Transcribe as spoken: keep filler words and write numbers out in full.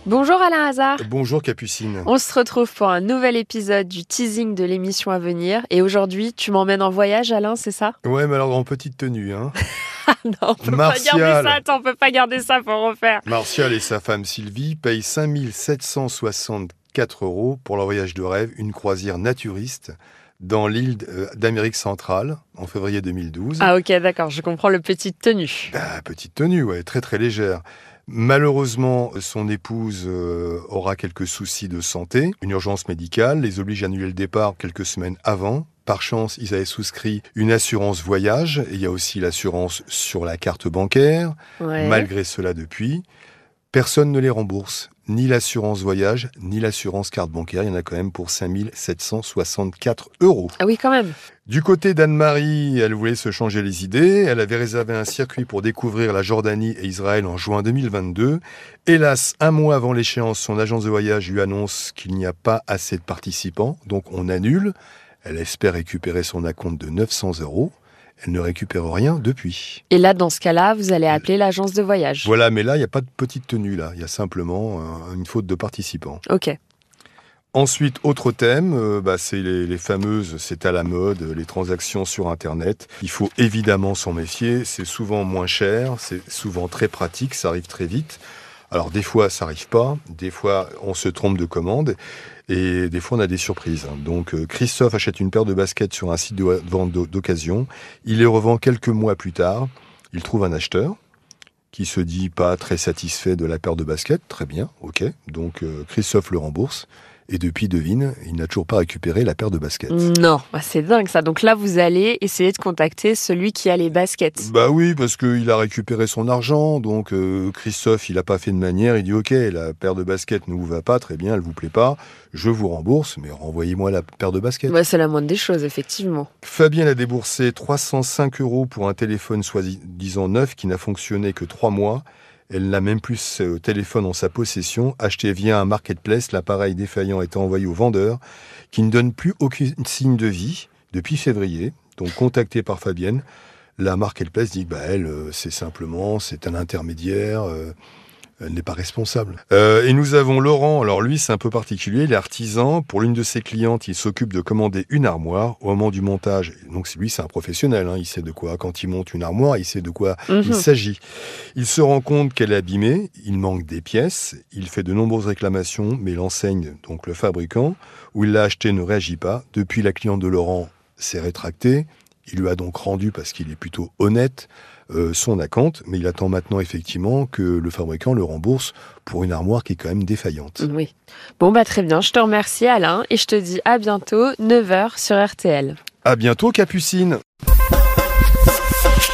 Bonjour Alain Hazard. Bonjour Capucine. On se retrouve pour un nouvel épisode du teasing de l'émission à venir. Et aujourd'hui, tu m'emmènes en voyage, Alain, c'est ça? Ouais, mais alors en petite tenue, hein. Non, on peut Martial. pas garder ça. Attends, on peut pas garder ça, faut refaire. Martial et sa femme Sylvie payent cinq mille sept cent soixante-quatre euros pour leur voyage de rêve, une croisière naturiste dans l'île d'Amérique centrale en février deux mille douze. Ah ok, d'accord, je comprends le petite tenue. Bah, petite tenue, ouais, très très légère. Malheureusement, son épouse euh, aura quelques soucis de santé. Une urgence médicale les oblige à annuler le départ quelques semaines avant. Par chance, ils avaient souscrit une assurance voyage. Et il y a aussi l'assurance sur la carte bancaire. Ouais. Malgré cela, depuis, personne ne les rembourse. Ni l'assurance voyage, ni l'assurance carte bancaire. Il y en a quand même pour cinq mille sept cent soixante-quatre euros. Ah oui, quand même. Du côté d'Anne-Marie, elle voulait se changer les idées. Elle avait réservé un circuit pour découvrir la Jordanie et Israël en juin deux mille vingt-deux. Hélas, un mois avant l'échéance, son agence de voyage lui annonce qu'il n'y a pas assez de participants, donc on annule. Elle espère récupérer son acompte de neuf cents euros. Elle ne récupère rien depuis. Et là, dans ce cas-là, vous allez appeler l'agence de voyage. Voilà, mais là, il n'y a pas de petite tenue, là. Il y a simplement euh, une faute de participants. Ok. Ensuite, autre thème, euh, bah, c'est les, les fameuses, c'est à la mode, les transactions sur Internet. Il faut évidemment s'en méfier, c'est souvent moins cher, c'est souvent très pratique, ça arrive très vite. Alors des fois, ça n'arrive pas, des fois, on se trompe de commande, et des fois, on a des surprises. Donc euh, Christophe achète une paire de baskets sur un site de vente d'occasion, il les revend quelques mois plus tard, il trouve un acheteur qui se dit pas très satisfait de la paire de baskets, très bien, ok, donc euh, Christophe le rembourse. Et depuis, devine, il n'a toujours pas récupéré la paire de baskets. Non, bah c'est dingue ça. Donc là, vous allez essayer de contacter celui qui a les baskets. Bah oui, parce qu'il a récupéré son argent. Donc euh, Christophe, il n'a pas fait de manière. Il dit, ok, la paire de baskets ne vous va pas, très bien, elle ne vous plaît pas. Je vous rembourse, mais renvoyez-moi la paire de baskets. Bah, c'est la moindre des choses, effectivement. Fabienne a déboursé trois cent cinq euros pour un téléphone soi-disant neuf qui n'a fonctionné que trois mois. Elle n'a même plus ce téléphone en sa possession. Acheté via un marketplace, l'appareil défaillant est envoyé au vendeur qui ne donne plus aucun signe de vie depuis février. Donc contacté par Fabienne, la marketplace dit que bah, elle, c'est simplement, c'est un intermédiaire, euh, elle n'est pas responsable. Euh, et nous avons Laurent, alors lui c'est un peu particulier, il est artisan. Pour l'une de ses clientes, il s'occupe de commander une armoire au moment du montage. Donc lui c'est un professionnel, hein, il sait de quoi, quand il monte une armoire, il sait de quoi mmh. il s'agit. Il se rend compte qu'elle est abîmée, il manque des pièces, il fait de nombreuses réclamations, mais l'enseigne, donc le fabricant, où il l'a acheté ne réagit pas. Depuis, la cliente de Laurent s'est rétractée, il lui a donc rendu, parce qu'il est plutôt honnête, Euh, son acompte, mais il attend maintenant effectivement que le fabricant le rembourse pour une armoire qui est quand même défaillante. Oui. Bon, bah très bien, je te remercie Alain et je te dis à bientôt, neuf heures sur R T L. À bientôt Capucine.